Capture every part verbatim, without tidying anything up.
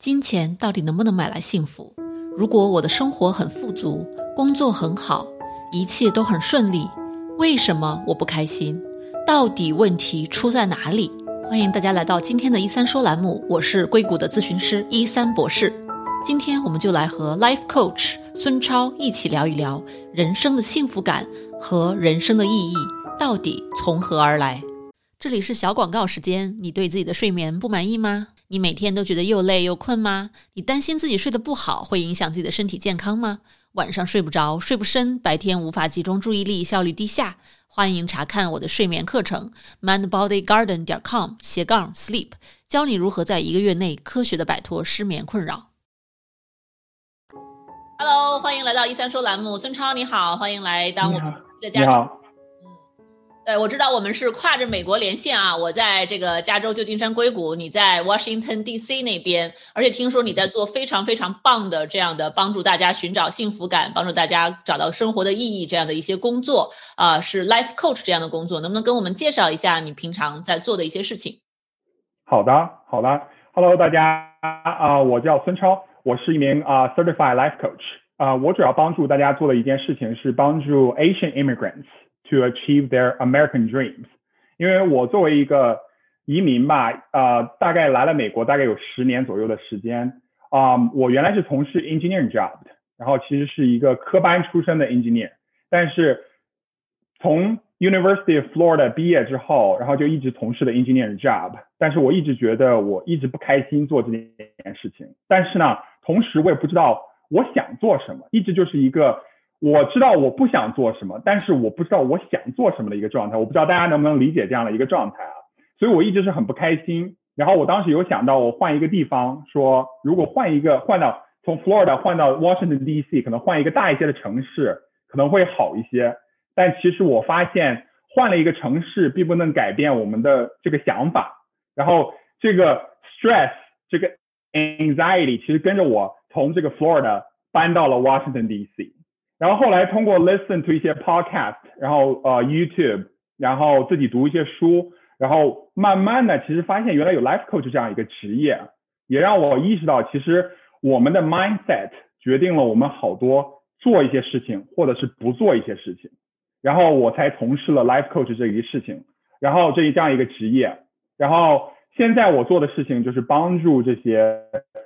金钱到底能不能买来幸福？如果我的生活很富足，工作很好，一切都很顺利，为什么我不开心？到底问题出在哪里？欢迎大家来到今天的一三说栏目，我是硅谷的咨询师一三博士。今天我们就来和 Life Coach 孙超一起聊一聊人生的幸福感和人生的意义到底从何而来。这里是小广告时间，你对自己的睡眠不满意吗？你每天都觉得又累又困吗？你担心自己睡得不好会影响自己的身体健康吗？晚上睡不着，睡不深，白天无法集中注意力，效率低下？欢迎查看我的睡眠课程 mindbodygarden 点 com 斜杠 sleep， 教你如何在一个月内科学的摆脱失眠困扰。Hello， 欢迎来到一三说栏目，孙超你好，欢迎来当我们的嘉宾。 你好。 对，我知道我们是跨着美国连线啊，我在这个加州旧金山硅谷，你在 Washington D C 那边，而且听说你在做非常非常棒的这样的帮助大家寻找幸福感，帮助大家找到生活的意义这样的一些工作啊、呃，是 Life Coach 这样的工作，能不能跟我们介绍一下你平常在做的一些事情？ 好的，好的。Hello， 大家啊、呃，我叫孙超，我是一名啊、呃、Certified Life Coach 啊、呃，我主要帮助大家做的一件事情是帮助 Asian immigrants。To achieve their American dreams， 因为我作为一个移民吧，呃，大概来了美国大概有十年左右的时间，啊、呃，我原来是从事 engineering job 的，然后其实是一个科班出身的 engineer， 但是从 University of Florida 毕业之后，然后就一直从事的 engineering job， 但是我一直觉得我一直不开心做这件事情，但是呢，同时我也不知道我想做什么，一直就是一个。我知道我不想做什么，但是我不知道我想做什么的一个状态，我不知道大家能不能理解这样的一个状态啊？所以我一直是很不开心。然后我当时有想到我换一个地方，说如果换一个换到从 Florida 换到 Washington D C， 可能换一个大一些的城市可能会好一些。但其实我发现换了一个城市并不能改变我们的这个想法，然后这个 stress 这个 anxiety 其实跟着我从这个 Florida 搬到了 Washington D C。然后后来通过 listen to 一些 podcast， 然后呃 YouTube， 然后自己读一些书，然后慢慢的其实发现原来有 life coach 这样一个职业，也让我意识到其实我们的 mindset 决定了我们好多做一些事情或者是不做一些事情，然后我才从事了 life coach 这一个事情，然后这这样一个职业，然后现在我做的事情就是帮助这些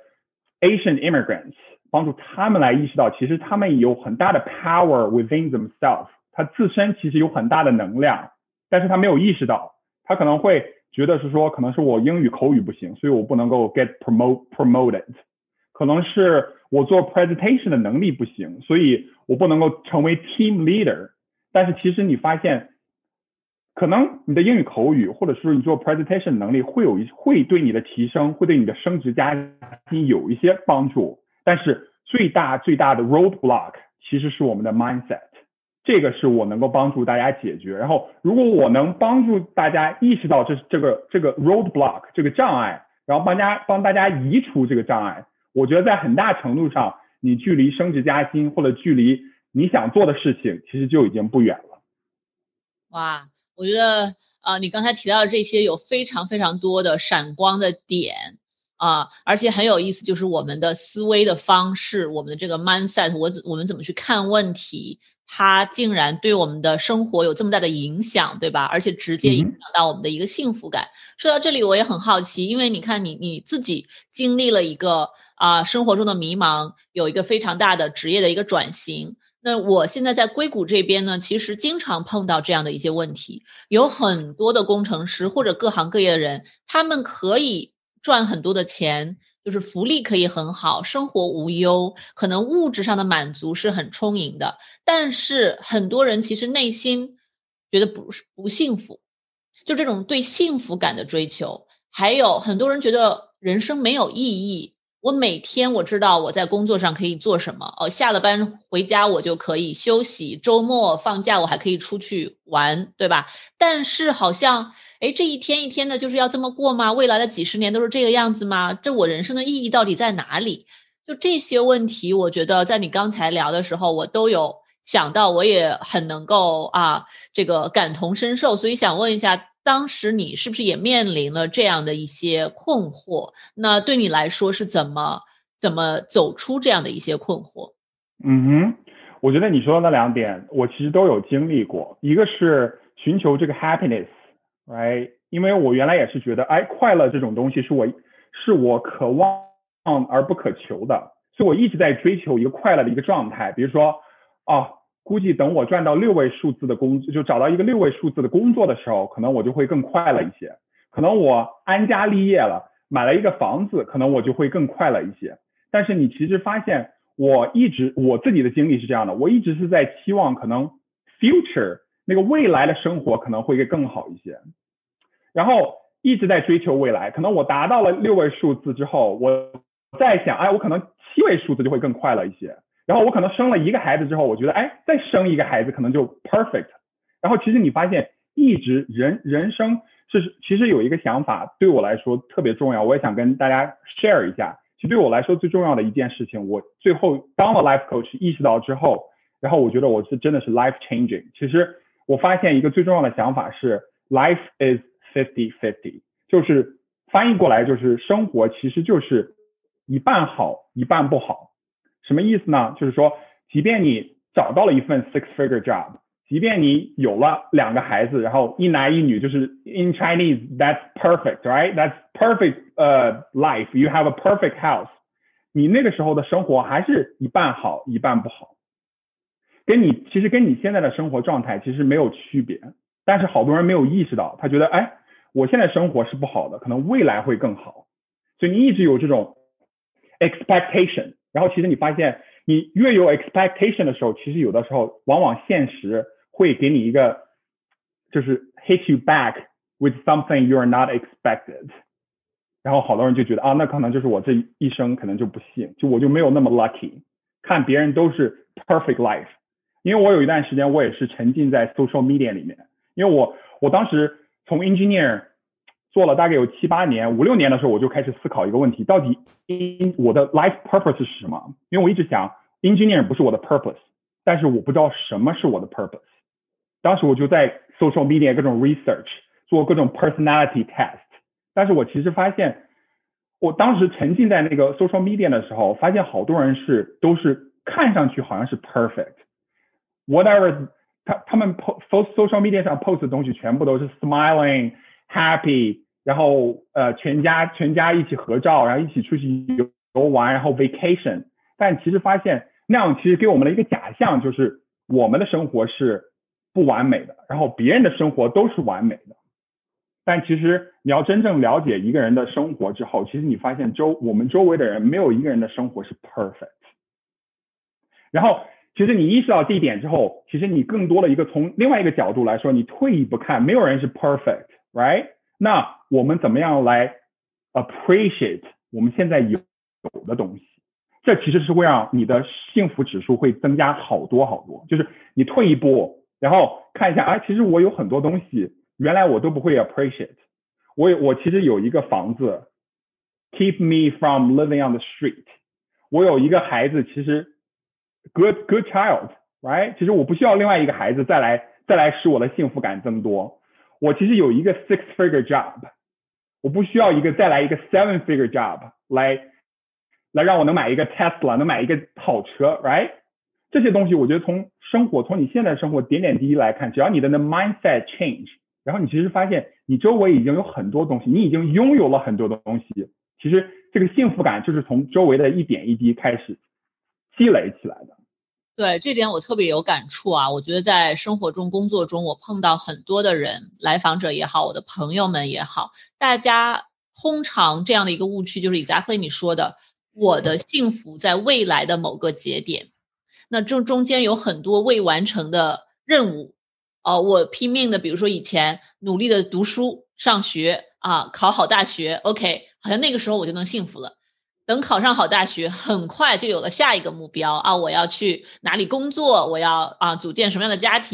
Asian immigrants，帮助他们来意识到其实他们有很大的 power within themselves， 他自身其实有很大的能量，但是他没有意识到，他可能会觉得是说可能是我英语口语不行，所以我不能够 get promote, promoted， 可能是我做 presentation 的能力不行，所以我不能够成为 team leader， 但是其实你发现可能你的英语口语或者是你做 presentation 能力会有会对你的提升，会对你的升职加薪有一些帮助，但是最大最大的 roadblock 其实是我们的 mindset， 这个是我能够帮助大家解决。然后如果我能帮助大家意识到这这个这个 roadblock 这个障碍，然后帮大家帮大家移除这个障碍，我觉得在很大程度上你距离升职加薪或者距离你想做的事情其实就已经不远了。 哇，我觉得呃，你刚才提到的这些有非常非常多的闪光的点啊，而且很有意思，就是我们的思维的方式，我们的这个 mindset， 我我们怎么去看问题，它竟然对我们的生活有这么大的影响，对吧？而且直接影响到我们的一个幸福感。嗯、说到这里，我也很好奇，因为你看你你自己经历了一个啊、呃、生活中的迷茫，有一个非常大的职业的一个转型。那我现在在硅谷这边呢，其实经常碰到这样的一些问题，有很多的工程师或者各行各业的人，他们可以赚很多的钱，就是福利可以很好，生活无忧，可能物质上的满足是很充盈的，但是很多人其实内心觉得不不幸福，就这种对幸福感的追求，还有很多人觉得人生没有意义。我每天我知道我在工作上可以做什么，哦，下了班回家我就可以休息，周末放假我还可以出去玩，对吧？但是好像，诶，这一天一天的就是要这么过吗？未来的几十年都是这个样子吗？这我人生的意义到底在哪里？就这些问题，我觉得在你刚才聊的时候，我都有想到，我也很能够啊，这个感同身受，所以想问一下当时你是不是也面临了这样的一些困惑？那对你来说是怎么怎么走出这样的一些困惑？ 嗯哼，我觉得你说的那两点，我其实都有经历过。一个是寻求这个 happiness，right？ 因为我原来也是觉得，哎，快乐这种东西是我是我渴望而不可求的，所以我一直在追求一个快乐的一个状态。比如说，哦，估计等我赚到六位数字的工作，就找到一个六位数字的工作的时候，可能我就会更快乐一些。可能我安家立业了，买了一个房子，可能我就会更快乐一些。但是你其实发现，我一直我自己的经历是这样的，我一直是在期望可能 future 那个未来的生活可能会更好一些，然后一直在追求未来。可能我达到了六位数字之后，我在想，哎，我可能七位数字就会更快乐一些。然后我可能生了一个孩子之后，我觉得，哎，再生一个孩子可能就 perfect。然后其实你发现，一直人人生是其实有一个想法对我来说特别重要，我也想跟大家 share 一下。其实对我来说最重要的一件事情，我最后当了 life coach 意识到之后，然后我觉得我是真的是 life changing。其实我发现一个最重要的想法是 life is fifty fifty， 就是翻译过来就是生活其实就是一半好一半不好。什么意思呢？就是说即便你找到了一份 six figure job， 即便你有了两个孩子，然后一男一女，就是 in Chinese that's perfect, right? That's perfect uh, life. You have a perfect house. 你那个时候的生活还是一半好一半不好，跟你其实跟你现在的生活状态其实没有区别。但是好多人没有意识到，他觉得哎，我现在生活是不好的，可能未来会更好。所以你一直有这种 expectation， 然后其实你发现你越有 expectation 的时候，其实有的时候往往现实会给你一个就是 hit you back with something you are not expected。 然后好多人就觉得啊，那可能就是我这一生可能就不幸，就我就没有那么 lucky， 看别人都是 perfect life。 因为我有一段时间我也是沉浸在 social media 里面，因为我我当时从 engineer 做了大概有七八年五六年的时候，我就开始思考一个问题，到底我的 life purpose 是什么？因为我一直想 engineer 不是我的 purpose， 但是我不知道什么是我的 purpose。 当时我就在 social media 各种 research， 做各种 personality test， 但是我其实发现我当时沉浸在那个 social media 的时候，发现好多人是都是看上去好像是 perfect whatever， 他他们 post social media 上 post 的东西全部都是 smiling happy， 然后呃全家全家一起合照，然后一起出去游玩，然后 vacation。 但其实发现那样其实给我们的一个假象，就是我们的生活是不完美的，然后别人的生活都是完美的。但其实你要真正了解一个人的生活之后，其实你发现周我们周围的人没有一个人的生活是 perfect。 然后其实你意识到这一点之后，其实你更多的一个从另外一个角度来说，你退一步看，没有人是 perfect， right？ 那我们怎么样来 appreciate 我们现在有的东西？这其实是会让你的幸福指数会增加好多好多。就是你退一步，然后看一下，啊，其实我有很多东西原来我都不会 appreciate。 我我其实有一个房子 keep me from living on the street， 我有一个孩子，其实 good good child right， 其实我不需要另外一个孩子再来再来使我的幸福感增多。我其实有一个 six figure job， 我不需要一个再来一个 seven figure job 来来让我能买一个 Tesla， 能买一个好车 right。 这些东西我觉得从生活从你现在的生活点点滴滴来看，只要你的 mindset change， 然后你其实发现你周围已经有很多东西，你已经拥有了很多的东西，其实这个幸福感就是从周围的一点一滴开始积累起来的。 对，这点我特别有感触啊！我觉得在生活中、工作中，我碰到很多的人，来访者也好，我的朋友们也好，大家通常这样的一个误区就是 exactly 你说的，我的幸福在未来的某个节点，那这中间有很多未完成的任务。呃，我拼命的，比如说以前努力的读书、上学啊，考好大学 ，OK， 好像那个时候我就能幸福了。等考上好大学，很快就有了下一个目标啊！我要去哪里工作？我要啊组建什么样的家庭？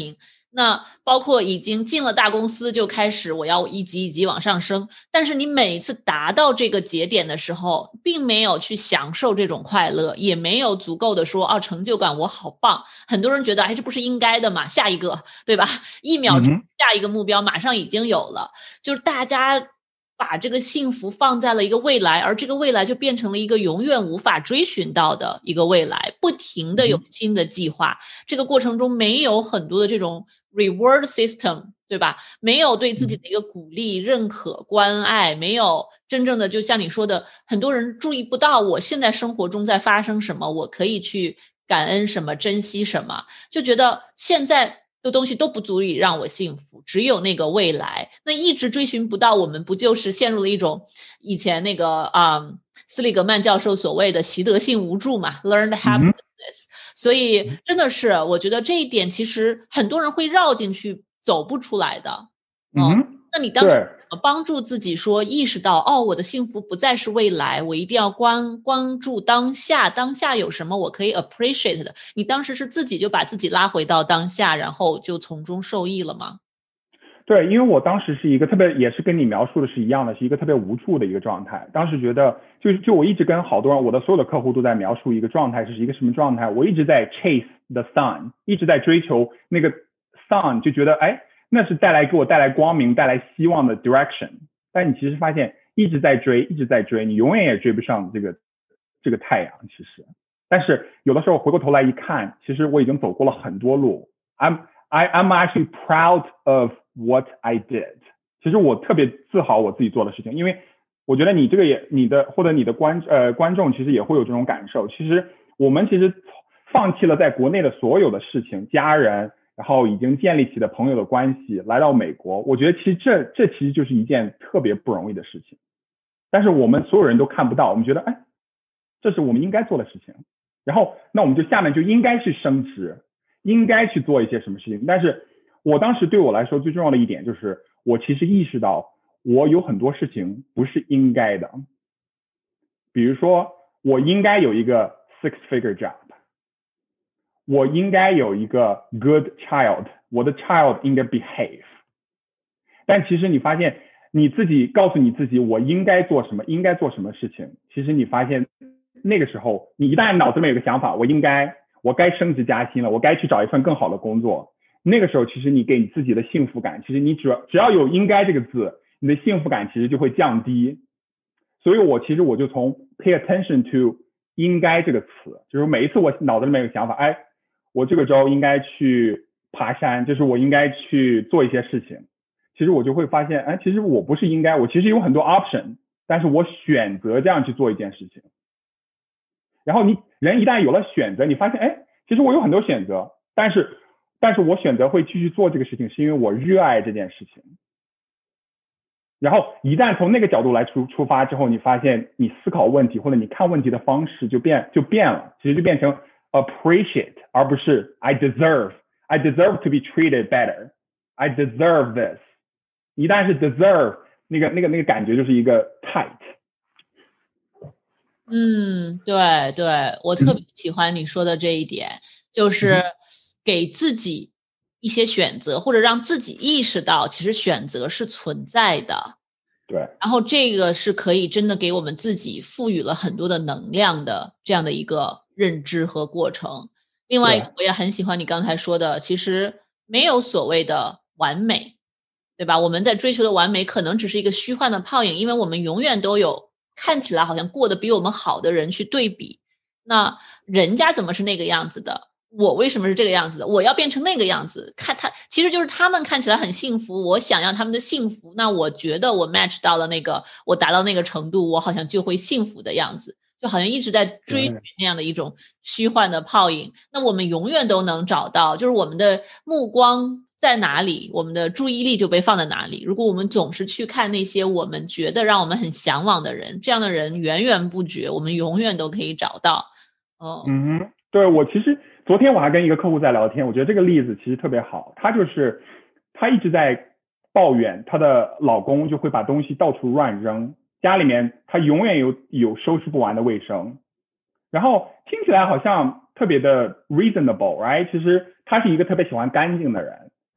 那包括已经进了大公司就开始我要一级一级往上升，但是你每一次达到这个节点的时候，并没有去享受这种快乐，也没有足够的说哦成就感我好棒。很多人觉得哎这不是应该的嘛，下一个对吧？一秒钟下一个目标马上已经有了，就是大家把这个幸福放在了一个未来，而这个未来就变成了一个永远无法追寻到的一个未来，不停的有新的计划，这个过程中没有很多的这种 reward system， 对吧？没有对自己的一个鼓励、认可、关爱，没有真正的就像你说的，很多人注意不到我现在生活中在发生什么，我可以去感恩什么，珍惜什么，就觉得现在的东西都不足以让我幸福，只有那个未来。那一直追寻不到，我们不就是陷入了一种以前那个啊、嗯、斯里格曼教授所谓的习得性无助嘛 ，learned happiness、嗯。所以真的是，我觉得这一点其实很多人会绕进去，走不出来的。 嗯， 嗯，那你当时怎么帮助自己说意识到哦，我的幸福不再是未来，我一定要关关注当下，当下有什么我可以 appreciate 的？你当时是自己就把自己拉回到当下，然后就从中受益了吗？ 对，因为我当时是一个特别，也是跟你描述的是一样的，是一个特别无助的一个状态。当时觉得，就就我一直跟好多人，我的所有的客户都在描述一个状态，是一个什么状态？我一直在 chase the sun， 一直在追求那个 sun， 就觉得哎，那是带来给我带来光明、带来希望的 direction。但你其实发现，一直在追，一直在追，你永远也追不上这个这个太阳。其实，但是有的时候回过头来一看，其实我已经走过了很多路。I'm I, I'm actually proud of what I did。 其实我特别自豪我自己做的事情，因为我觉得你这个也你的或者你的观呃观众其实也会有这种感受。其实我们其实放弃了在国内的所有的事情，家人，然后已经建立起的朋友的关系，来到美国，我觉得其实这这其实就是一件特别不容易的事情。但是我们所有人都看不到，我们觉得哎，这是我们应该做的事情，然后那我们就下面就应该去升职，应该去做一些什么事情。但是我当时对我来说最重要的一点就是，我其实意识到我有很多事情不是应该的。比如说，我应该有一个 six figure job， 我应该有一个 good child， 我的 child 应该 behave。但其实你发现你自己告诉你自己我应该做什么，应该做什么事情，其实你发现那个时候你一旦脑子里面有个想法，我应该我该升职加薪了，我该去找一份更好的工作，那个时候其实你给你自己的幸福感，其实你只要只要有应该这个字，你的幸福感其实就会降低。所以我其实我就从 pay attention to 应该这个词，就是每一次我脑子里面有个想法，哎，我这个周应该去爬山，就是我应该去做一些事情，其实我就会发现，哎，其实我不是应该，我其实有很多 option， 但是我选择这样去做一件事情。然后你人一旦有了选择，你发现，哎，其实我有很多选择，但是但是我选择会继续做这个事情，是因为我热爱这件事情。然后一旦从那个角度来出出发之后，你发现你思考问题或者你看问题的方式就变就变了，其实就变成 appreciate 而不是 I deserve I deserve to be treated better I deserve this。 一旦是 deserve 那个那个那个感觉就是一个 tight。 嗯，对对，我特别喜欢你说的这一点，嗯、就是给自己一些选择，或者让自己意识到其实选择是存在的。 对， 然后这个是可以真的给我们自己赋予了很多的能量的这样的一个认知和过程。另外一个我也很喜欢你刚才说的，其实没有所谓的完美，对吧？我们在追求的完美可能只是一个虚幻的泡影，因为我们永远都有看起来好像过得比我们好的人去对比，那人家怎么是那个样子的，我为什么是这个样子的，我要变成那个样子，看他其实就是他们看起来很幸福，我想要他们的幸福，那我觉得我 match 到了那个，我达到那个程度，我好像就会幸福的样子，就好像一直在追寻那样的一种虚幻的泡影。那我们永远都能找到，就是我们的目光在哪里，我们的注意力就被放在哪里。如果我们总是去看那些我们觉得让我们很向往的人，这样的人源源不绝，我们永远都可以找到。哦， 嗯哼，对，我其实昨天我还跟一个客户在聊天，我觉得这个例子其实特别好。她就是她一直在抱怨她的老公就会把东西到处乱扔，家里面她永远有有收拾不完的卫生，然后听起来好像特别的 reasonable，right？ 其实她是一个特别喜欢干净的人。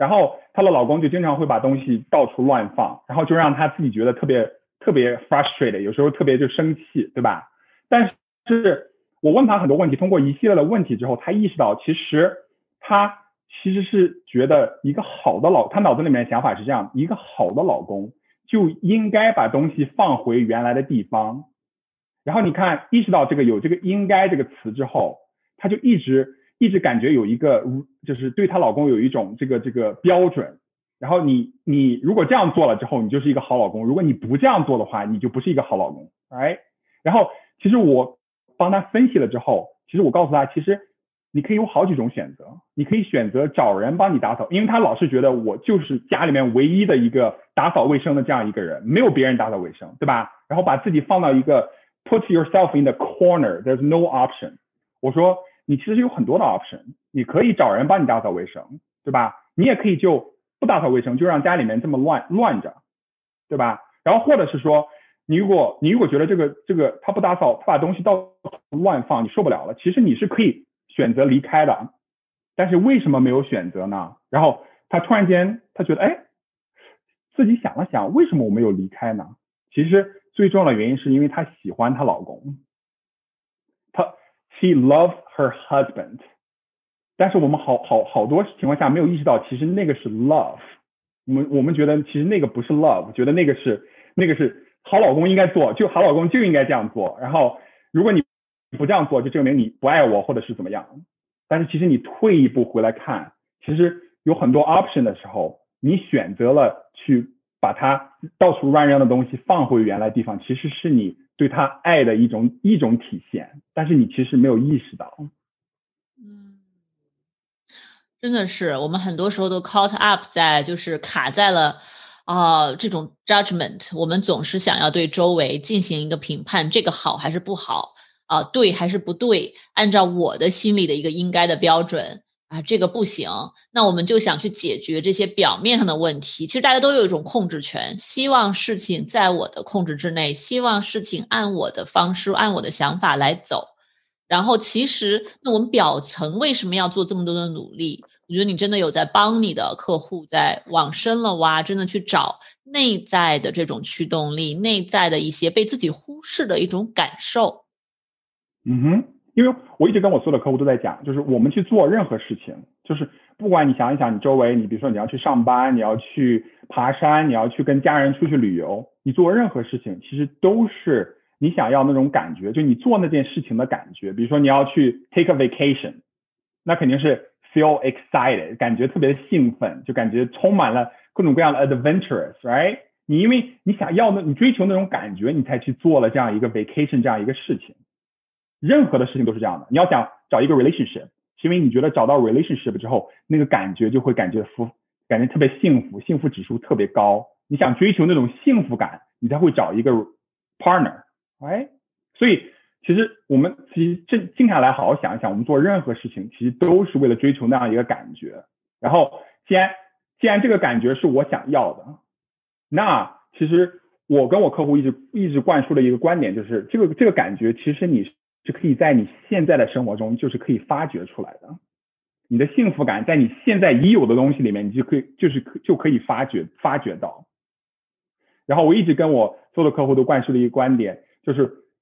然后她的老公就经常会把东西到处乱放，然后就让她自己觉得特别特别 frustrated， 有时候特别就生气，对吧？但是我问她很多问题，通过一系列的问题之后，她意识到其实她其实是觉得一个好的老，她脑子里面的想法是这样，一个好的老公就应该把东西放回原来的地方。然后你看，意识到这个有这个应该这个词之后，她就一直一直感觉有一个，就是对她老公有一种这个这个标准。然后你你如果这样做了之后，你就是一个好老公；如果你不这样做的话，你就不是一个好老公。哎，然后其实我帮她分析了之后，其实我告诉她，其实你可以有好几种选择，你可以选择找人帮你打扫，因为她老是觉得我就是家里面唯一的一个打扫卫生的这样一个人，没有别人打扫卫生，对吧？然后把自己放到一个 put yourself in the corner, there's no option。我说你其实有很多的 option， 你可以找人帮你打扫卫生，对吧？你也可以就不打扫卫生，就让家里面这么乱乱着，对吧？然后或者是说，你如果你如果觉得这个这个他不打扫，他把东西到处乱放，你受不了了，其实你是可以选择离开的。但是为什么没有选择呢？然后他突然间他觉得，哎，自己想了想，为什么我没有离开呢？其实最重要的原因是因为她喜欢她老公，她 she loves her husband。但是我们好好好多情况下没有意识到，其实那个是 love。我们我们觉得其实那个不是 love， 觉得那个是那个是好老公应该做，就好老公就应该这样做。然后如果你不这样做，就证明你不爱我或者是怎么样。但是其实你退一步回来看，其实有很多 option 的时候，你选择了去把它到处乱扔的东西放回原来地方，其实是你对他爱的一种一种体现，但是你其实没有意识到。 嗯，真的是我们很多时候都 caught up 在就是卡在了啊、呃、这种 judgment， 我们总是想要对周围进行一个评判，这个好还是不好啊、呃，对还是不对，按照我的心里的一个应该的标准啊，这个不行，那我们就想去解决这些表面上的问题。其实大家都有一种控制权，希望事情在我的控制之内，希望事情按我的方式按我的想法来走。然后其实那我们表层为什么要做这么多的努力？我觉得你真的有在帮你的客户在往深了挖，真的去找内在的这种驱动力，内在的一些被自己忽视的一种感受。 嗯哼，因为我一直跟我所有的客户都在讲，就是我们去做任何事情，就是不管你想一想，你周围，你比如说你要去上班，你要去爬山，你要去跟家人出去旅游，你做任何事情，其实都是你想要那种感觉，就你做那件事情的感觉。比如说你要去 take a vacation， 那肯定是 feel excited， 感觉特别的兴奋，就感觉充满了各种各样的 adventurous，right？ 你因为你想要那，你追求那种感觉，你才去做了这样一个 vacation 这样一个事情。任何的事情都是这样的，你要想找一个 relationship， 是因为你觉得找到 relationship 之后，那个感觉就会感觉福，感觉特别幸福，幸福指数特别高。你想追求那种幸福感，你才会找一个 partner， 哎，所以其实我们其实静静下来好好想一想，我们做任何事情其实都是为了追求那样一个感觉。然后既然既然这个感觉是我想要的，那其实我跟我客户一直一直灌输的一个观点就是，这个这个感觉其实你是可以在你现在的生活中就是可以发掘出来的。你的幸福感在你现在已有的东西里面，你就可以就是就可以发掘发掘到。然后我一直跟我所有的客户都灌输的一个观点就是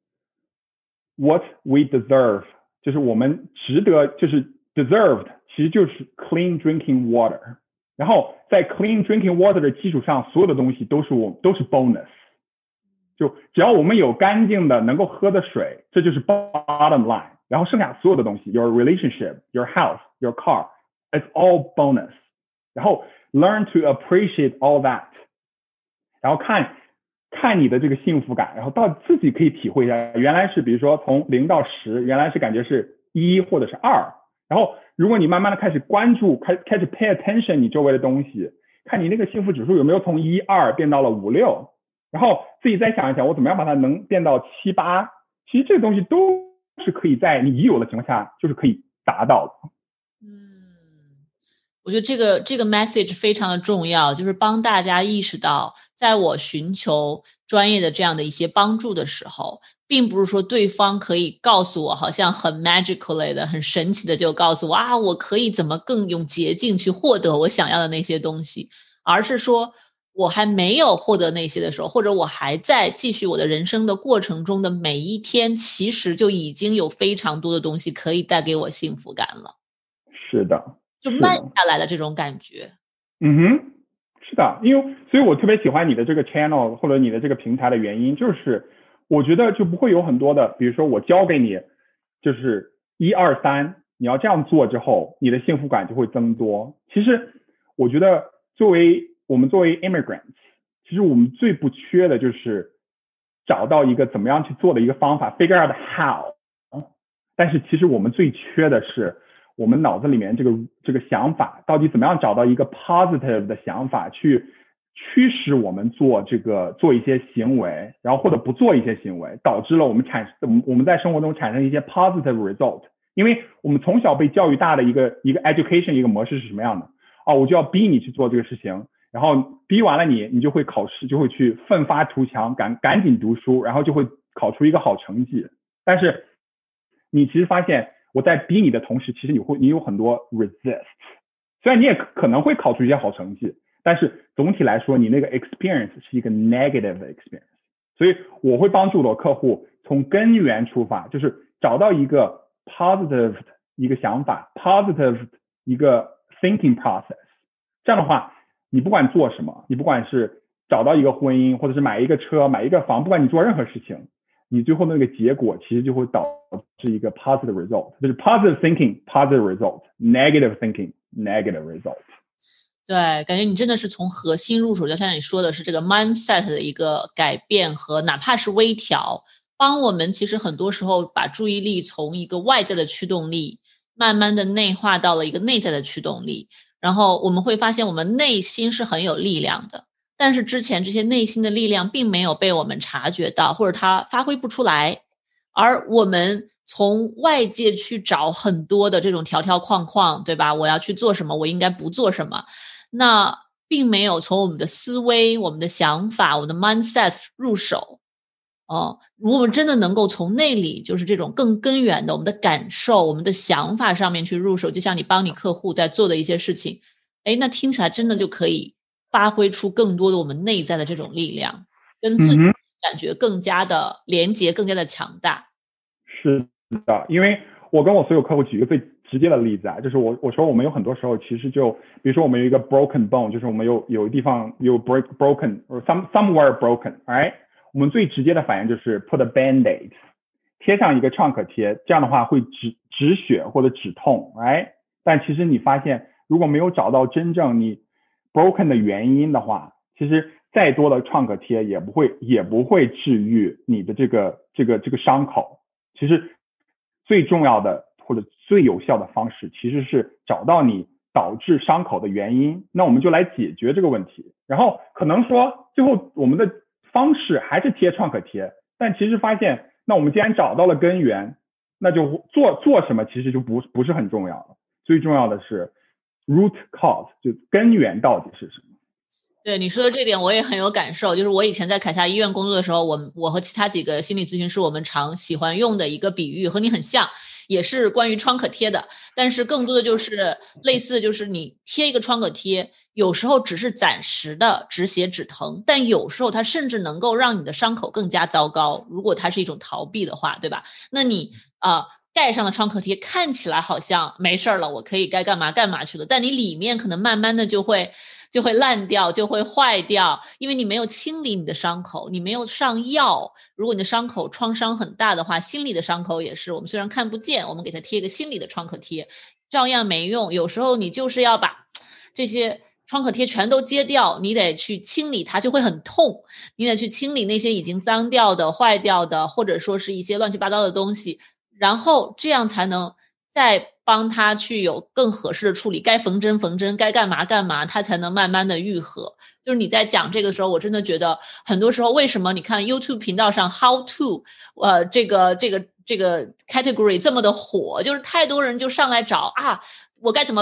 what we deserve， 就是我们值得，就是 deserved 其实就是 clean drinking water。然后在 clean drinking water 的基础上，所有的东西都是我都是 bonus。就只要我们有干净的能够喝的水，这就是 bottom line。然后剩下所有的东西 ，your relationship, your house, your car, it's all bonus。然后 learn to appreciate all that。然后看看你的这个幸福感，然后到自己可以体会一下，原来是比如说从零到十，原来是感觉是一或者是二。然后如果你慢慢的开始关注，开开始 pay attention 你周围的东西，看你那个幸福指数有没有从一二变到了五六。然后自己再想一想，我怎么样把它能变到七八？其实这个东西都是可以在你已有的情况下，就是可以达到的。 嗯， 我觉得这个这个 message 非常的重要，就是帮大家意识到，在我寻求专业的这样的一些帮助的时候，并不是说对方可以告诉我，好像很 magically 的、很神奇的就告诉我啊，我可以怎么更用捷径去获得我想要的那些东西，而是说我还没有获得那些的时候，或者我还在继续我的人生的过程中的每一天，其实就已经有非常多的东西可以带给我幸福感了。 是的。 就慢下来的这种感觉。 嗯哼，是的，因为所以我特别喜欢你的这个 channel 或者你的这个平台的原因，就是我觉得就不会有很多的，比如说我教给你就是一二三，你要这样做之后，你的幸福感就会增多。其实我觉得作为我们作为 immigrants， 其实我们最不缺的就是找到一个怎么样去做的一个方法 figure out how， 但是其实我们最缺的是我们脑子里面这个这个想法到底怎么样找到一个 positive 的想法去驱使我们做这个做一些行为，然后或者不做一些行为，导致了我们产生我们在生活中产生一些 positive result。因为我们从小被教育大的一个一个 education 一个模式是什么样的啊？我就要逼你去做这个事情，然后逼完了你，你就会考试，就会去奋发图强，赶赶紧读书，然后就会考出一个好成绩。但是你其实发现，我在逼你的同时，其实你会你有很多 resist， 虽然你也可能会考出一些好成绩，但是总体来说，你那个 experience 是一个 negative experience。所以我会帮助我的客户从根源出发，就是找到一个 positive 的一个想法 ，positive 一个 thinking process。这样的话，你不管做什么，你不管是找到一个婚姻，或者是买一个车、买一个房，不管你做任何事情，你最后那个结果其实就会导致一个 positive result， 就是 positive thinking positive result， negative thinking negative result。 对，感觉你真的是从核心入手，就像你说的是这个 mindset 的一个改变和哪怕是微调，帮我们其实很多时候把注意力从一个外在的驱动力慢慢的内化到了一个内在的驱动力，然后我们会发现我们内心是很有力量的，但是之前这些内心的力量并没有被我们察觉到，或者它发挥不出来，而我们从外界去找很多的这种条条框框，对吧？我要去做什么，我应该不做什么，那并没有从我们的思维、我们的想法、我们的 mindset 入手。哦，如果我们真的能够从内里，就是这种更根源的我们的感受、我们的想法上面去入手，就像你帮你客户在做的一些事情，哎，那听起来真的就可以发挥出更多的我们内在的这种力量，跟自己感觉更加的连结，更加的强大。 是的，因为我跟我所有客户举一个最直接的例子啊，就是我我说我们有很多时候其实就，比如说我们有一个 broken bone， 就是我们有有地方有 break broken or some somewhere broken，right？ 我们最直接的反应就是 put a band-aid， 贴上一个创可贴，这样的话会止止血或者止痛 ，right？ 但其实你发现如果没有找到真正你 broken 的原因的话，其实再多的创可贴也不会也不会治愈你的这个这个这个伤口。其实最重要的或者最有效的方式其实是找到你导致伤口的原因，那我们就来解决这个问题。然后可能说最后我们的方式还是贴创可贴，但其实发现那我们既然找到了根源，那就做做什么其实就不不是很重要了，最重要的是 root cause， 就根源到底是什么。 对你说的这点我也很有感受，就是我以前在凯撒医院工作的时候，我我和其他几个心理咨询师我们常喜欢用的一个比喻和你很像，也是关于创可贴的，但是更多的就是类似，就是你贴一个创可贴，有时候只是暂时的止血止疼，但有时候它甚至能够让你的伤口更加糟糕，如果它是一种逃避的话，对吧？那你啊、呃、盖上的创可贴看起来好像没事了，我可以该干嘛干嘛去了，但你里面可能慢慢的就会就会烂掉，就会坏掉，因为你没有清理你的伤口，你没有上药。如果你的伤口创伤很大的话，心理的伤口也是，我们虽然看不见，我们给它贴一个心理的创可贴，照样没用。有时候你就是要把这些创可贴全都揭掉，你得去清理它，就会很痛。你得去清理那些已经脏掉的、坏掉的，或者说是一些乱七八糟的东西，然后这样才能再帮他去有更合适的处理，该缝针缝针，该干嘛干嘛，他才能慢慢的愈合。就是你在讲这个时候，我真的觉得很多时候为什么你看 YouTube 频道上 How to 呃这个这个这个 category 这么的火，就是太多人就上来找啊，我该怎么办？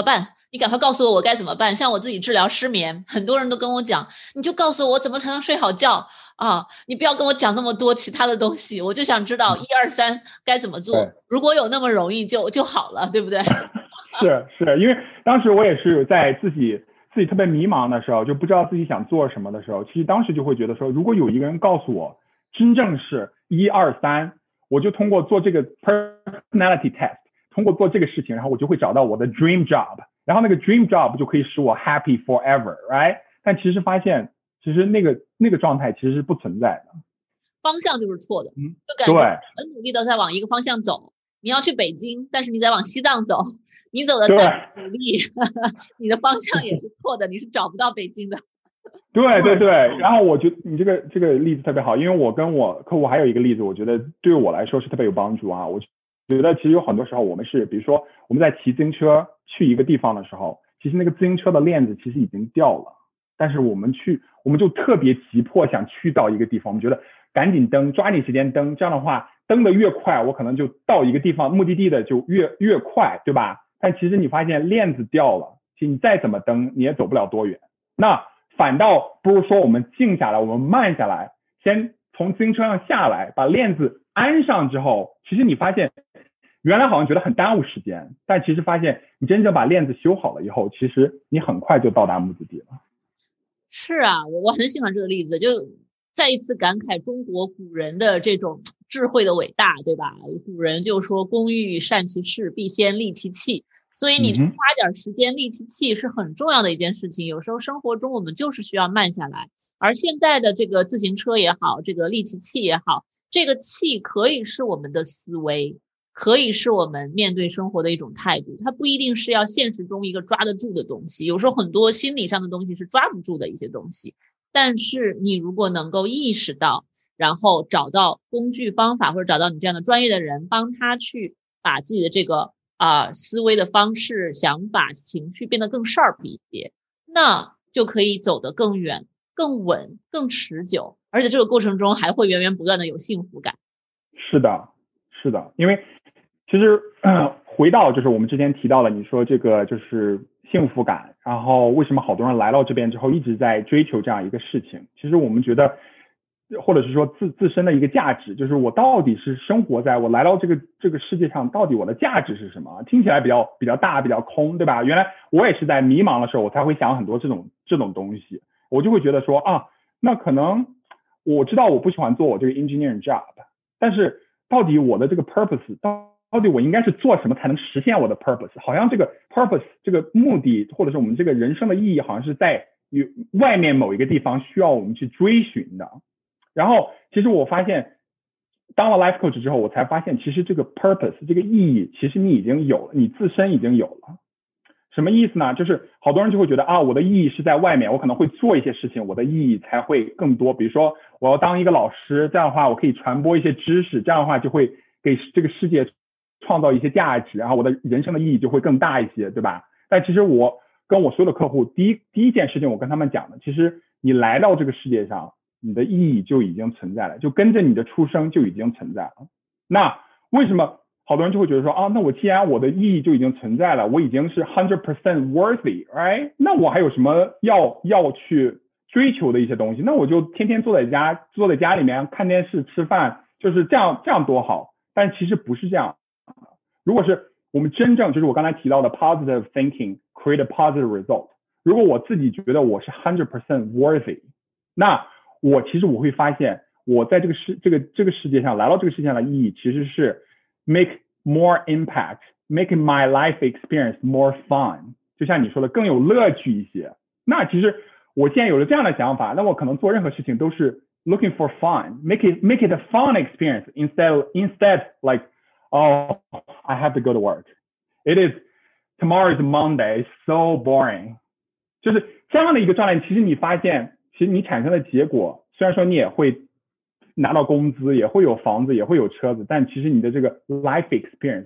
你赶快告诉我我该怎么办。像我自己治疗失眠，很多人都跟我讲，你就告诉我怎么才能睡好觉啊！你不要跟我讲那么多其他的东西，我就想知道一二三该怎么做。如果有那么容易就就好了，对不对？ 是是，因为当时我也是在自己自己特别迷茫的时候，就不知道自己想做什么的时候，其实当时就会觉得说，如果有一个人告诉我真正是一二三，我就通过做这个 personality test， 通过做这个事情，然后我就会找到我的 dream job， 然后那个 dream job 就可以使我 happy forever，right？ 但其实发现，其实那个那个状态其实是不存在的， 方向就是错的， 嗯， 就感觉很努力的在往一个方向走。你要去北京，但是你在往西藏走，你走的再努力，你的方向也是错的，你是找不到北京的。 对对对，然后我觉得你这个这个例子特别好，因为我跟我客户还有一个例子，我觉得对我来说是特别有帮助啊。我觉得其实有很多时候我们是，比如说我们在骑自行车去一个地方的时候，其实那个自行车的链子其实已经掉了，但是我们去我们就特别急迫想去到一个地方，我们觉得赶紧蹬，抓紧时间蹬，这样的话蹬得越快，我可能就到一个地方目的地的就越越快，对吧？但其实你发现链子掉了，其实你再怎么蹬你也走不了多远。那反倒不如说我们静下来，我们慢下来，先从自行车上下来，把链子安上之后，其实你发现原来好像觉得很耽误时间，但其实发现你真正把链子修好了以后，其实你很快就到达目的地了。 是啊，我我很喜欢这个例子，就再一次感慨中国古人的这种智慧的伟大，对吧？古人就说工欲善其事，必先利其器。所以你花点时间利其器是很重要的一件事情。有时候生活中我们就是需要慢下来，而现在的这个自行车也好，这个利其器也好，这个器可以是我们的思维，可以是我们面对生活的一种态度，它不一定是要现实中一个抓得住的东西，有时候很多心理上的东西是抓不住的一些东西。但是你如果能够意识到，然后找到工具方法，或者找到你这样的专业的人帮他去把自己的这个啊、呃、思维的方式、想法、情绪变得更 sharp 一些，那就可以走得更远、更稳、更持久，而且这个过程中还会源源不断的有幸福感。 是的，是的，因为其实、呃、回到就是我们之前提到了，你说这个就是幸福感，然后为什么好多人来到这边之后一直在追求这样一个事情？其实我们觉得，或者是说自自身的一个价值，就是我到底是生活在我来到这个这个世界上，到底我的价值是什么？听起来比较比较大，比较空，对吧？原来我也是在迷茫的时候，我才会想很多这种这种东西，我就会觉得说啊，那可能我知道我不喜欢做我这个 engineering job， 但是到底我的这个 purpose 到到底我应该是做什么才能实现我的 purpose？ 好像这个 purpose 这个目的，或者是我们这个人生的意义，好像是在有外面某一个地方需要我们去追寻的。然后其实我发现当了 life coach 之后，我才发现其实这个 purpose 这个意义其实你已经有了，你自身已经有了。什么意思呢？就是好多人就会觉得啊，我的意义是在外面，我可能会做一些事情，我的意义才会更多。比如说我要当一个老师，这样的话我可以传播一些知识，这样的话就会给这个世界创造一些价值，然后我的人生的意义就会更大一些，对吧？但其实我跟我所有的客户第一第一件事情我跟他们讲的，其实你来到这个世界上，你的意义就已经存在了，就跟着你的出生就已经存在了。那为什么好多人就会觉得说啊，那我既然我的意义就已经存在了，我已经是 one hundred percent worthy， right？ 那我还有什么要要去追求的一些东西？那我就天天坐在家坐在家里面看电视吃饭，就是这样这样多好。但其实不是这样。如果是我们真正就是我刚才提到的 positive thinking create a positive result， 如果我自己觉得我是 one hundred percent worthy， 那我其实我会发现我在这个世这个这个世界上来到这个世界上的意义其实是 make more impact making my life experience more fun， 就像你说的更有乐趣一些。那其实我现在有了这样的想法，那我可能做任何事情都是 looking for fun make it make it a fun experience instead instead like oh I have to go to work it is tomorrow is Monday so boring， 就是这样的一个状态。其实你发现其实你产生的结果，虽然说你也会拿到工资，也会有房子，也会有车子，但其实你的这个 life experience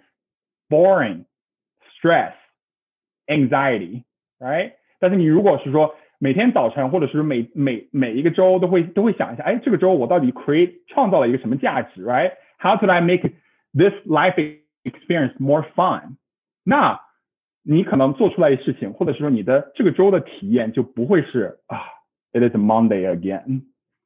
boring stress anxiety right。 但是你如果是说每天早晨或者是每每每一个周都会都会想一下，哎，这个周我到底 create 创造了一个什么价值 right how could I make this life experience more fun， 那你可能做出来的事情，或者是说你的这个周的体验就不会是啊 ，it is Monday again。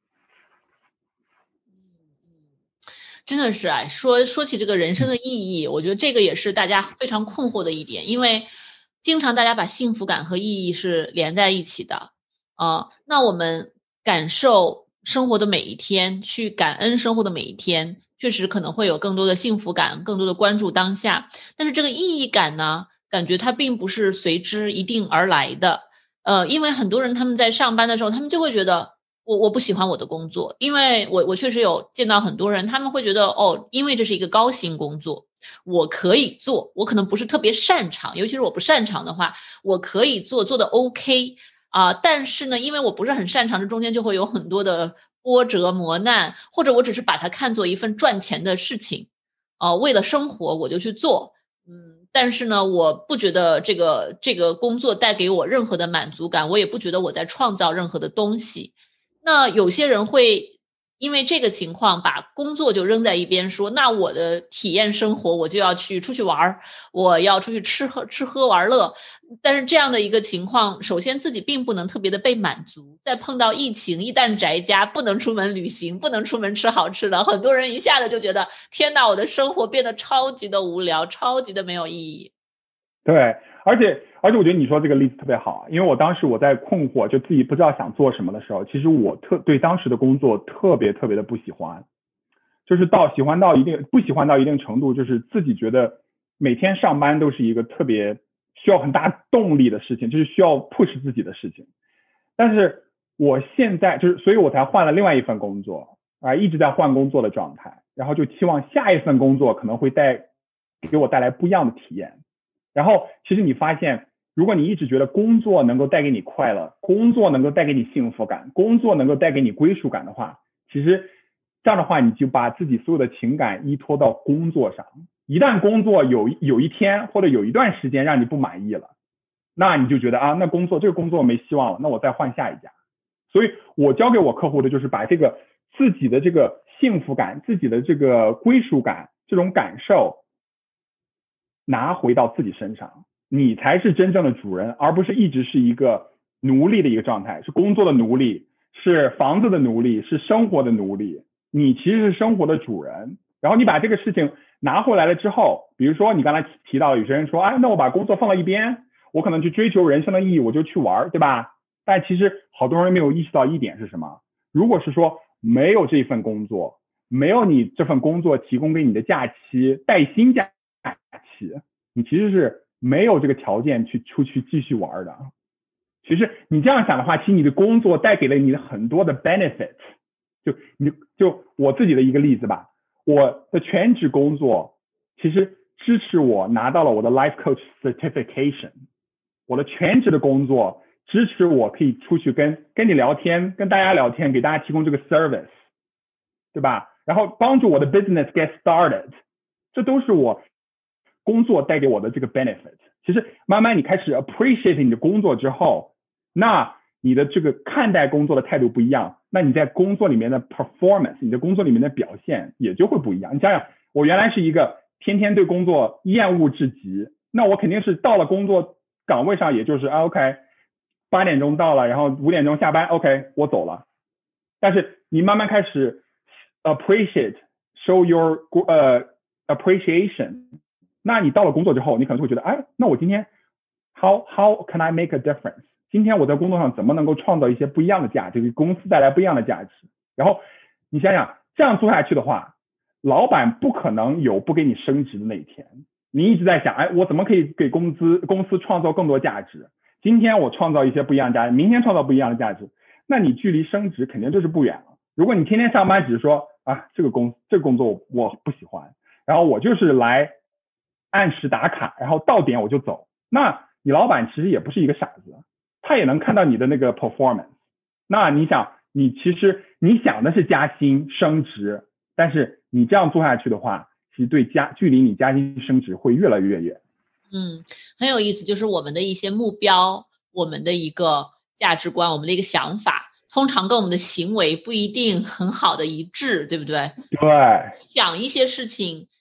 真的是哎，说说起这个人生的意义，我觉得这个也是大家非常困惑的一点，因为经常大家把幸福感和意义是连在一起的啊、呃。那我们感受生活的每一天，去感恩生活的每一天，确实可能会有更多的幸福感，更多的关注当下。但是这个意义感呢，感觉它并不是随之一定而来的。呃，因为很多人他们在上班的时候，他们就会觉得。我我不喜欢我的工作，因为我我确实有见到很多人，他们会觉得哦，因为这是一个高薪工作，我可以做，我可能不是特别擅长，尤其是我不擅长的话，我可以做，做的 OK 啊、呃，但是呢，因为我不是很擅长，这中间就会有很多的波折磨难，或者我只是把它看作一份赚钱的事情，呃，为了生活我就去做，嗯，但是呢，我不觉得这个这个工作带给我任何的满足感，我也不觉得我在创造任何的东西。那有些人会因为这个情况把工作就扔在一边，说那我的体验生活我就要去出去玩，我要出去吃喝吃喝玩乐。但是这样的一个情况，首先自己并不能特别的被满足，再碰到疫情，一旦宅家，不能出门旅行，不能出门吃好吃的，很多人一下子就觉得天哪，我的生活变得超级的无聊，超级的没有意义。 对，而且而且我觉得你说这个例子特别好，因为我当时我在困惑，就自己不知道想做什么的时候，其实我特对当时的工作特别特别的不喜欢，就是到喜欢到一定不喜欢到一定程度，就是自己觉得每天上班都是一个特别需要很大动力的事情，就是需要 push 自己的事情。但是我现在就是，所以我才换了另外一份工作啊，一直在换工作的状态，然后就期望下一份工作可能会带给我带来不一样的体验。然后其实你发现，如果你一直觉得工作能够带给你快乐，工作能够带给你幸福感，工作能够带给你归属感的话，其实这样的话你就把自己所有的情感依托到工作上。一旦工作有有一天或者有一段时间让你不满意了，那你就觉得啊，那工作这个工作没希望了，那我再换下一家。所以我教给我客户的就是把这个自己的这个幸福感，自己的这个归属感，这种感受拿回到自己身上，你才是真正的主人，而不是一直是一个奴隶的一个状态，是工作的奴隶，是房子的奴隶，是生活的奴隶。你其实是生活的主人。然后你把这个事情拿回来了之后，比如说你刚才提到有些人说，哎，那我把工作放到一边，我可能去追求人生的意义，我就去玩，对吧？但其实好多人没有意识到一点是什么？如果是说没有这份工作，没有你这份工作提供给你的假期，带薪假期，你其实是没有这个条件去出去继续玩的。其实你这样想的话，其实你的工作带给了你很多的 benefits。就你就我自己的一个例子吧，我的全职工作其实支持我拿到了我的 life coach certification。我的全职的工作支持我可以出去跟跟你聊天，跟大家聊天，给大家提供这个 service， 对吧？然后帮助我的 business get started， 这都是我工作带给我的这个 benefit。 其实慢慢你开始 appreciate 你的工作之后，那你的这个看待工作的态度不一样，那你在工作里面的 performance， 你的工作里面的表现也就会不一样。你想想，我原来是一个天天对工作厌恶至极，那我肯定是到了工作岗位上，也就是、啊、OK， 八点钟到了，然后五点钟下班 OK， 我走了。但是你慢慢开始 appreciate show your 呃、uh, appreciation， 那你到了工作之后，你可能会觉得，哎，那我今天 how how can I make a difference？ 今天我在工作上怎么能够创造一些不一样的价值，给公司带来不一样的价值？然后你想想，这样做下去的话，老板不可能有不给你升职的那一天。你一直在想，哎，我怎么可以给公司公司创造更多价值？今天我创造一些不一样的价值，明天创造不一样的价值，那你距离升职肯定就是不远了。如果你天天上班只是说啊，这个工这个工作我不喜欢，然后我就是来按时打卡，然后到点我就走，那你老板其实也不是一个傻子，他也能看到你的那个 performance。那你想，你其实你想的是加薪升职，但是你这样做下去的话，其实对加距离你加薪升职会越来越远。 嗯，很有意思，就是我们的一些目标，我们的一个价值观，我们的一个想法，通常跟我们的行为不一定很好的一致，对不对？ 对， 想一些事情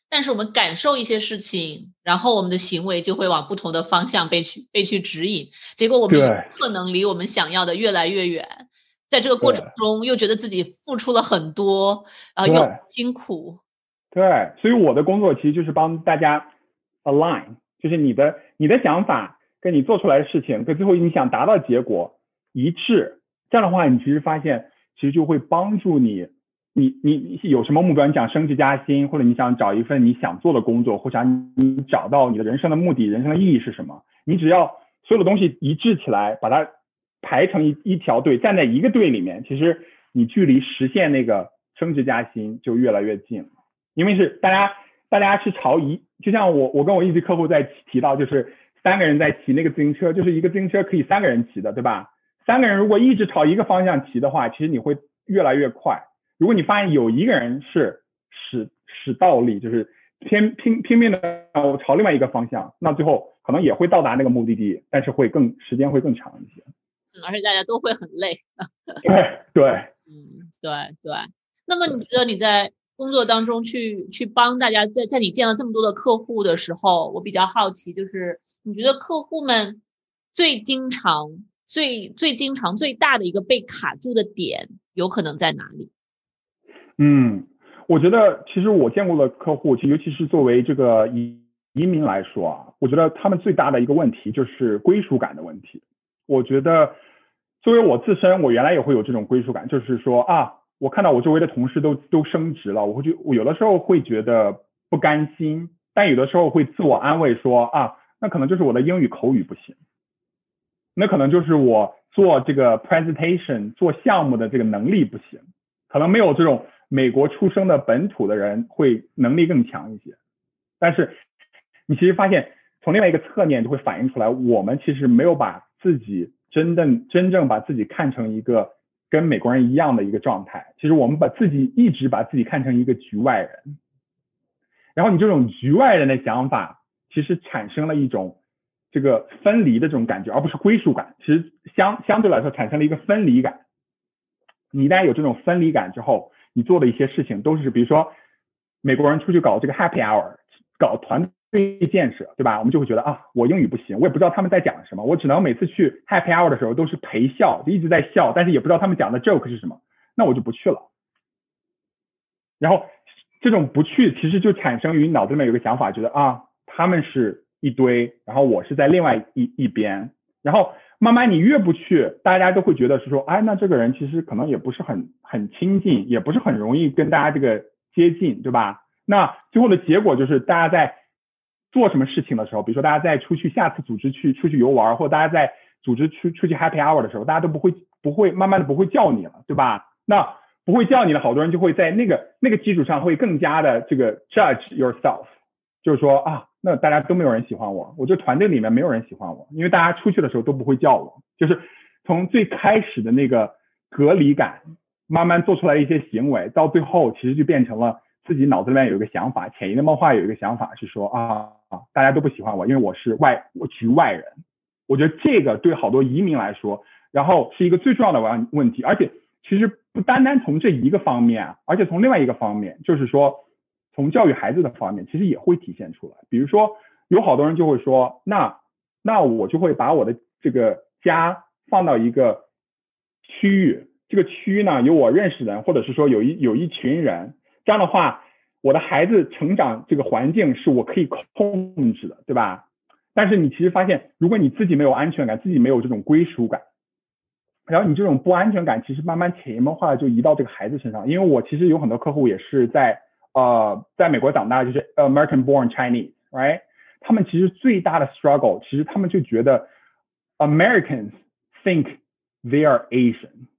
但是我们感受一些事情，然后我们的行为就会往不同的方向被去被去指引，结果我们可能离我们想要的越来越远，在这个过程中又觉得自己付出了很多，然后又辛苦。 对，所以我的工作其实就是帮大家 align， 就是你的你的想法跟你做出来的事情跟最后你想达到的结果一致，这样的话你其实发现其实就会帮助你你你有什么目标，你想升职加薪，或者你想找一份你想做的工作，或者你找到你的人生的目的，人生的意义是什么，你只要所有的东西一致起来，把它排成一一条队，站在一个队里面，其实你距离实现那个升职加薪就越来越近了。因为是大家大家是朝一，就像我我跟我一级客户在提到，就是三个人在骑那个自行车，就是一个自行车可以三个人骑的，对吧？三个人如果一直朝一个方向骑的话，其实你会越来越快。如果你发现有一个人是使使倒立，就是拼拼拼命的朝另外一个方向，那最后可能也会到达那个目的地，但是会更时间会更长一些。 嗯，而且大家都会很累。 对对， 嗯，对对。那么你觉得你在工作当中去去帮大家，在在你见了这么多的客户的时候，我比较好奇，就是你觉得客户们最经常、最最经常、最大的一个被卡住的点，有可能在哪里？ 嗯，我觉得其实我见过的客户，尤其是作为这个移移民来说啊，我觉得他们最大的一个问题就是归属感的问题。我觉得作为我自身，我原来也会有这种归属感，就是说啊，我看到我周围的同事都都升职了，我会觉我有的时候会觉得不甘心，但有的时候会自我安慰说啊，那可能就是我的英语口语不行，那可能就是我做这个 presentation 做项目的这个能力不行，可能没有这种美国出生的本土的人会能力更强一些。但是你其实发现从另外一个侧面就会反映出来，我们其实没有把自己真正真正把自己看成一个跟美国人一样的一个状态，其实我们把自己一直把自己看成一个局外人，然后你这种局外人的想法其实产生了一种这个分离的这种感觉，而不是归属感，其实相相对来说产生了一个分离感。你一旦有这种分离感之后，你做的一些事情都是比如说美国人出去搞这个 happy hour 搞团队建设，对吧？我们就会觉得啊，我英语不行，我也不知道他们在讲什么，我只能每次去 happy hour 的时候都是陪笑，就一直在笑，但是也不知道他们讲的 joke 是什么，那我就不去了。然后这种不去其实就产生于脑子里面有个想法，觉得啊，他们是一堆，然后我是在另外一一边，然后慢慢你越不去，大家都会觉得是说，哎，那这个人其实可能也不是很很亲近，也不是很容易跟大家这个接近，对吧？那最后的结果就是大家在做什么事情的时候，比如说大家在出去下次组织去出去游玩，或者大家在组织出出去 happy hour 的时候，大家都不会不会慢慢的不会叫你了，对吧？那不会叫你的好多人就会在那个那个基础上会更加的这个 judge yourself， 就是说啊，那大家都没有人喜欢我，我这团队里面没有人喜欢我，因为大家出去的时候都不会叫我，就是从最开始的那个隔离感慢慢做出来一些行为，到最后其实就变成了自己脑子里面有一个想法，潜移默化有一个想法是说啊，大家都不喜欢我，因为我是外我局外人。我觉得这个对好多移民来说，然后是一个最重要的问问题，而且其实不单单从这一个方面，而且从另外一个方面，就是说从教育孩子的方面，其实也会体现出来。比如说有好多人就会说，那那我就会把我的这个家放到一个区域，这个区域呢有我认识的人，或者是说有一有一群人，这样的话我的孩子成长这个环境是我可以控制的，对吧？但是你其实发现，如果你自己没有安全感，自己没有这种归属感，然后你这种不安全感其实慢慢潜移默化的就移到这个孩子身上。因为我其实有很多客户也是在呃在美国长大，就是 American born Chinese right， 他们其实最大的 struggle 其实他们就觉得 Americans think they are Asian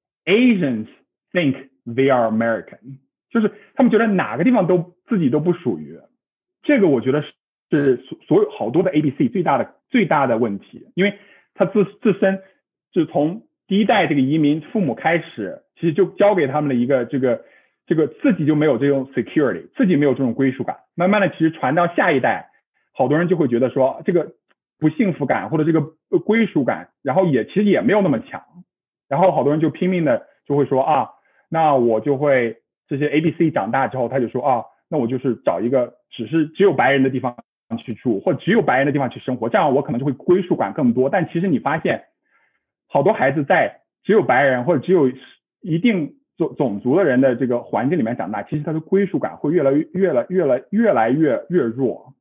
Asians think they are American， 就是他们觉得哪个地方都自己都不属于。这个我觉得是是所有好多的 A B C 最大的最大的问题，因为他自自身就从第一代这个移民父母开始，其实就教给他们的一个这个这个自己就没有这种 security， 自己没有这种归属感，慢慢的其实传到下一代，好多人就会觉得说这个不幸福感或者这个归属感，然后也其实也没有那么强，然后好多人就拼命的就会说啊，那我就会这些 A B C 长大之后，他就说啊， 那我就是找一个只是只有白人的地方去住，或只有白人的地方去生活，这样我可能就会归属感更多。但其实你发现好多孩子在只有白人或者只有一定种种族的人的这个环境里面长大，其实他的归属感会越来越越来越来越来越越弱。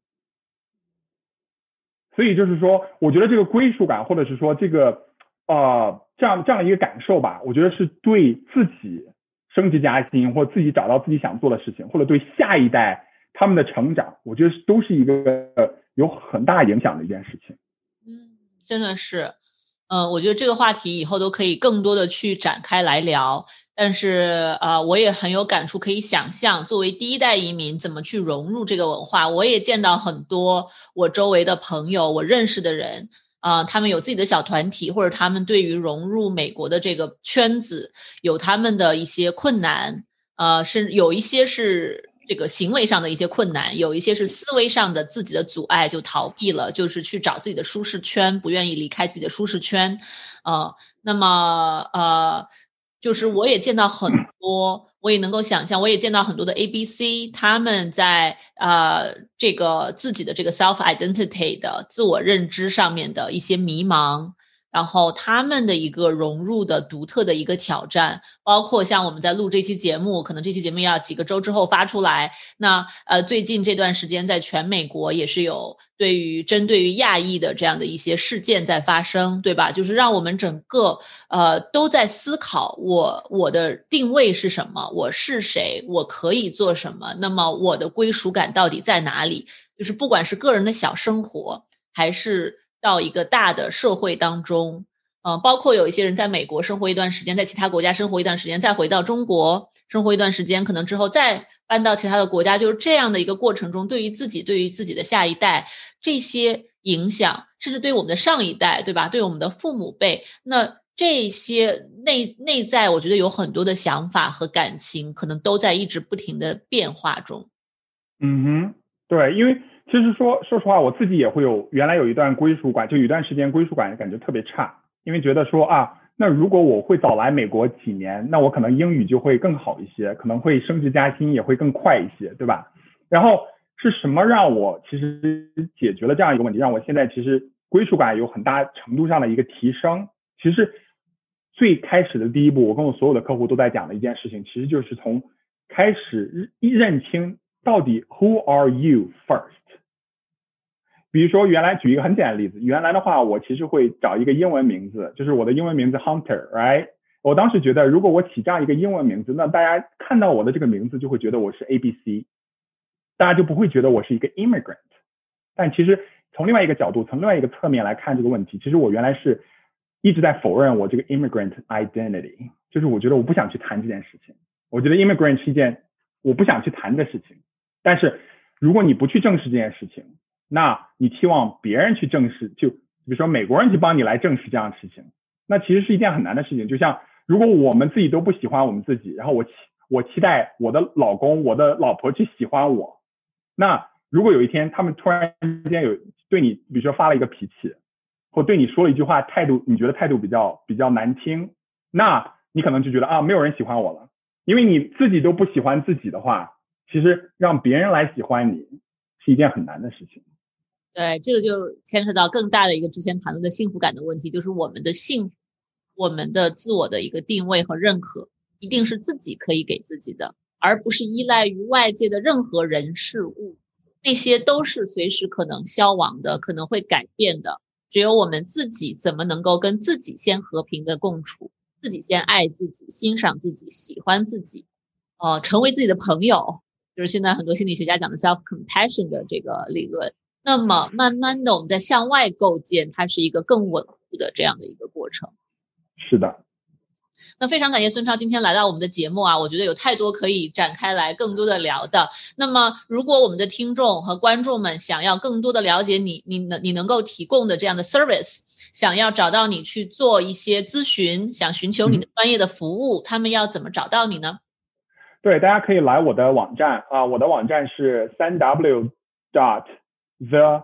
所以就是说，我觉得这个归属感或者是说这个呃这样这样一个感受吧，我觉得是对自己升职加薪，或自己找到自己想做的事情，或者对下一代他们的成长，我觉得都是一个有很大影响的一件事情。 嗯，真的是，嗯、呃，我觉得这个话题以后都可以更多的去展开来聊。但是，呃，我也很有感触，可以想象作为第一代移民怎么去融入这个文化。我也见到很多我周围的朋友，我认识的人，啊、呃，他们有自己的小团体，或者他们对于融入美国的这个圈子有他们的一些困难，呃，是有一些是这个行为上的一些困难，有一些是思维上的自己的阻碍，就逃避了，就是去找自己的舒适圈，不愿意离开自己的舒适圈，呃，那么呃，就是我也见到很多，我也能够想象，我也见到很多的 A B C， 他们在呃这个自己的这个 self identity 的自我认知上面的一些迷茫。然后他们的一个融入的独特的一个挑战，包括像我们在录这期节目，可能这期节目要几个周之后发出来。那呃，最近这段时间在全美国也是有对于针对于亚裔的这样的一些事件在发生，对吧？就是让我们整个呃都在思考我我的定位是什么，我是谁，我可以做什么，那么我的归属感到底在哪里？就是不管是个人的小生活，还是到一个大的社会当中，呃，包括有一些人在美国生活一段时间，在其他国家生活一段时间，再回到中国生活一段时间，可能之后再搬到其他的国家，就是这样的一个过程中，对于自己，对于自己的下一代，这些影响，甚至对我们的上一代，对吧？对我们的父母辈，那这些内内在，我觉得有很多的想法和感情，可能都在一直不停的变化中。 嗯哼，对，因为其实说说实话，我自己也会有原来有一段归属感，就有一段时间归属感感觉特别差，因为觉得说啊，那如果我会早来美国几年，那我可能英语就会更好一些，可能会升职加薪也会更快一些，对吧？然后是什么让我其实解决了这样一个问题，让我现在其实归属感有很大程度上的一个提升？其实最开始的第一步，我跟我所有的客户都在讲的一件事情，其实就是从开始认清到底 who are you first。比如说原来举一个很简单的例子，原来的话我其实会找一个英文名字，就是我的英文名字 Hunter，right？ 我当时觉得如果我起这样一个英文名字，那大家看到我的这个名字就会觉得我是 A B C， 大家就不会觉得我是一个 immigrant。但其实从另外一个角度，从另外一个侧面来看这个问题，其实我原来是一直在否认我这个 immigrant identity， 就是我觉得我不想去谈这件事情，我觉得 immigrant 是一件我不想去谈的事情。但是如果你不去正视这件事情，那你期望别人去正视，就比如说美国人去帮你来正视这样的事情，那其实是一件很难的事情。就像如果我们自己都不喜欢我们自己，然后我期我期待我的老公我的老婆去喜欢我，那如果有一天他们突然之间有对你比如说发了一个脾气，或对你说了一句话态度你觉得态度比较比较难听，那你可能就觉得啊没有人喜欢我了。因为你自己都不喜欢自己的话，其实让别人来喜欢你是一件很难的事情。 对，这个就牵扯到更大的一个之前谈论的幸福感的问题，就是我们的幸福，我们的自我的一个定位和认可，一定是自己可以给自己的，而不是依赖于外界的任何人事物，那些都是随时可能消亡的，可能会改变的。只有我们自己怎么能够跟自己先和平的共处，自己先爱自己，欣赏自己，喜欢自己，呃，成为自己的朋友，就是现在很多心理学家讲的 self compassion 的这个理论。那么慢慢的我们在向外构建，它是一个更稳固的这样的一个过程。 是的。 那非常感谢孙超今天来到我们的节目啊，我觉得有太多可以展开来更多的聊的。那么如果我们的听众和观众们想要更多的了解你你你能够提供的这样的 service， 想要找到你去做一些咨询，想寻求你的专业的服务，嗯、他们要怎么找到你呢？ 对，大家可以来我的网站啊，我的网站是 三 w dot the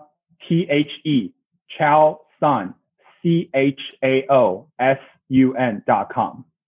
the chao sun c h a o s u n dot com。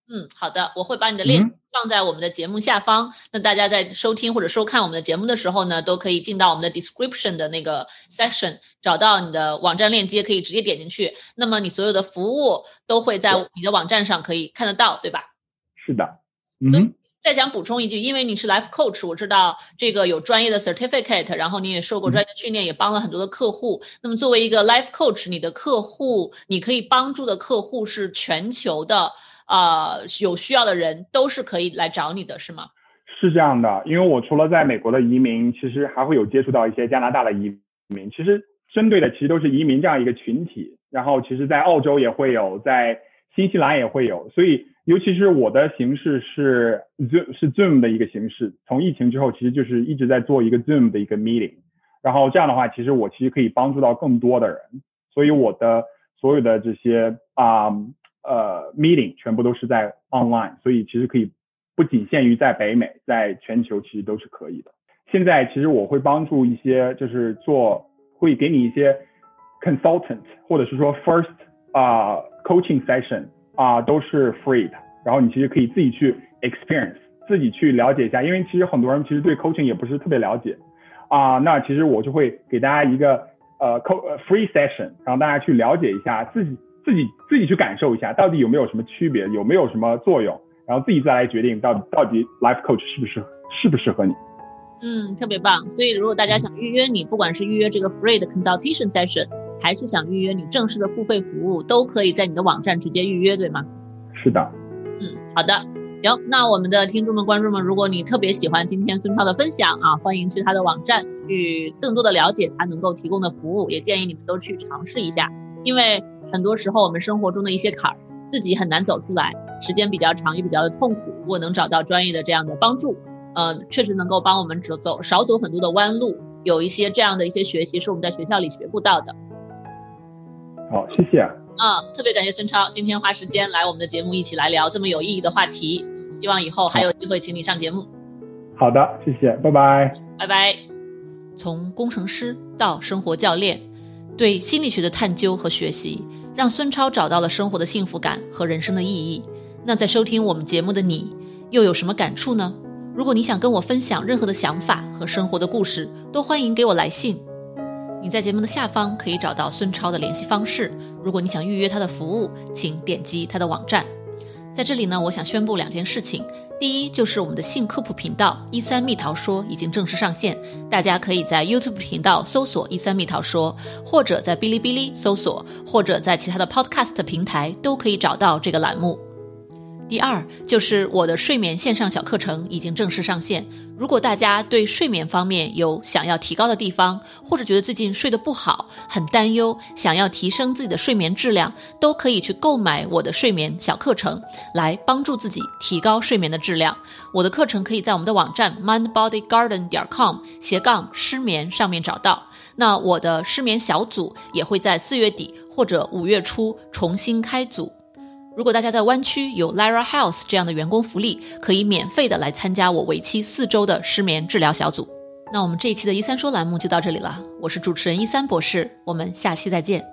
嗯，好的，我会把你的链接放在我们的节目下方、嗯、那大家在收听或者收看我们的节目的时候呢，都可以进到我们的 description 的那个 section 找到你的网站链接，可以直接点进去，那么你所有的服务都会在你的网站上可以看得到，对吧？ 是的。 嗯，所以再想补充一句，因为你是 life coach， 我知道这个有专业的 certificate， 然后你也受过专业的训练、嗯、也帮了很多的客户，那么作为一个 life coach， 你的客户你可以帮助的客户是全球的呃，有需要的人都是可以来找你的，是吗？ 是这样的，因为我除了在美国的移民，其实还会有接触到一些加拿大的移民，其实针对的其实都是移民这样一个群体，然后其实在澳洲也会有，在新西兰也会有，所以尤其是我的形式是 Zoom, 是 Zoom 的一个形式，从疫情之后其实就是一直在做一个 Zoom 的一个 meeting， 然后这样的话其实我其实可以帮助到更多的人，所以我的所有的这些啊、um, 呃 meeting 全部都是在 online， 所以其实可以不仅限于在北美，在全球其实都是可以的。现在其实我会帮助一些就是做会给你一些 consultant 或者是说 first 啊、uh, coaching session 啊、uh, 都是 free 的，然后你其实可以自己去 experience 自己去了解一下，因为其实很多人其实对 coaching 也不是特别了解啊、uh, 那其实我就会给大家一个呃 free session， 让大家去了解一下自己自己自己去感受一下到底有没有什么区别，有没有什么作用，然后自己再来决定到底到底 life coach 适不适合适不适合你。 嗯，特别棒。所以如果大家想预约你，不管是预约这个 free 的 consultation session， 还是想预约你正式的付费服务，都可以在你的网站直接预约，对吗？ 是的。 嗯，好的。行，那我们的听众们观众们，如果你特别喜欢今天孙超的分享啊，欢迎去他的网站去更多的了解他能够提供的服务，也建议你们都去尝试一下，因为很多时候我们生活中的一些坎儿自己很难走出来，时间比较长也比较的痛苦，如果能找到专业的这样的帮助，呃，确实能够帮我们走走少走很多的弯路，有一些这样的一些学习是我们在学校里学不到的。 好，谢谢。 嗯，特别感谢孙超今天花时间来我们的节目一起来聊这么有意义的话题，希望以后还有机会请你上节目。 好的，谢谢，拜拜。 拜拜。从工程师到生活教练，对心理学的探究和学习让孙超找到了生活的幸福感和人生的意义。那在收听我们节目的你又有什么感触呢？如果你想跟我分享任何的想法和生活的故事，都欢迎给我来信。你在节目的下方可以找到孙超的联系方式，如果你想预约他的服务，请点击他的网站。在这里呢，我想宣布两件事情。第一，就是我们的性科普频道一三蜜桃说已经正式上线，大家可以在 YouTube 频道搜索一三蜜桃说，或者在哔哩哔哩搜索，或者在其他的 Podcast 平台都可以找到这个栏目。第二，就是我的睡眠线上小课程已经正式上线，如果大家对睡眠方面有想要提高的地方，或者觉得最近睡得不好，很担忧，想要提升自己的睡眠质量，都可以去购买我的睡眠小课程，来帮助自己提高睡眠的质量。我的课程可以在我们的网站 mind body garden 点 com 斜杠失眠上面找到。那我的失眠小组也会在四月底或者五月初重新开组。如果大家在湾区有 Lyra House 这样的员工福利，可以免费的来参加我为期四周的失眠治疗小组。那我们这一期的一三说栏目就到这里了，我是主持人一三博士，我们下期再见。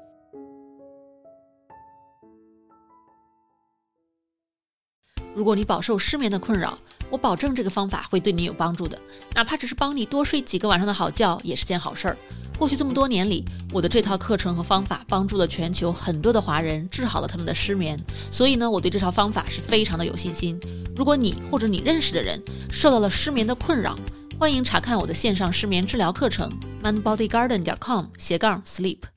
如果你饱受失眠的困扰，我保证这个方法会对你有帮助的，哪怕只是帮你多睡几个晚上的好觉，也是件好事儿。过去这么多年里，我的这套课程和方法帮助了全球很多的华人治好了他们的失眠，所以呢，我对这套方法是非常的有信心。如果你或者你认识的人受到了失眠的困扰，欢迎查看我的线上失眠治疗课程 mind body garden 点 com 斜杠 sleep。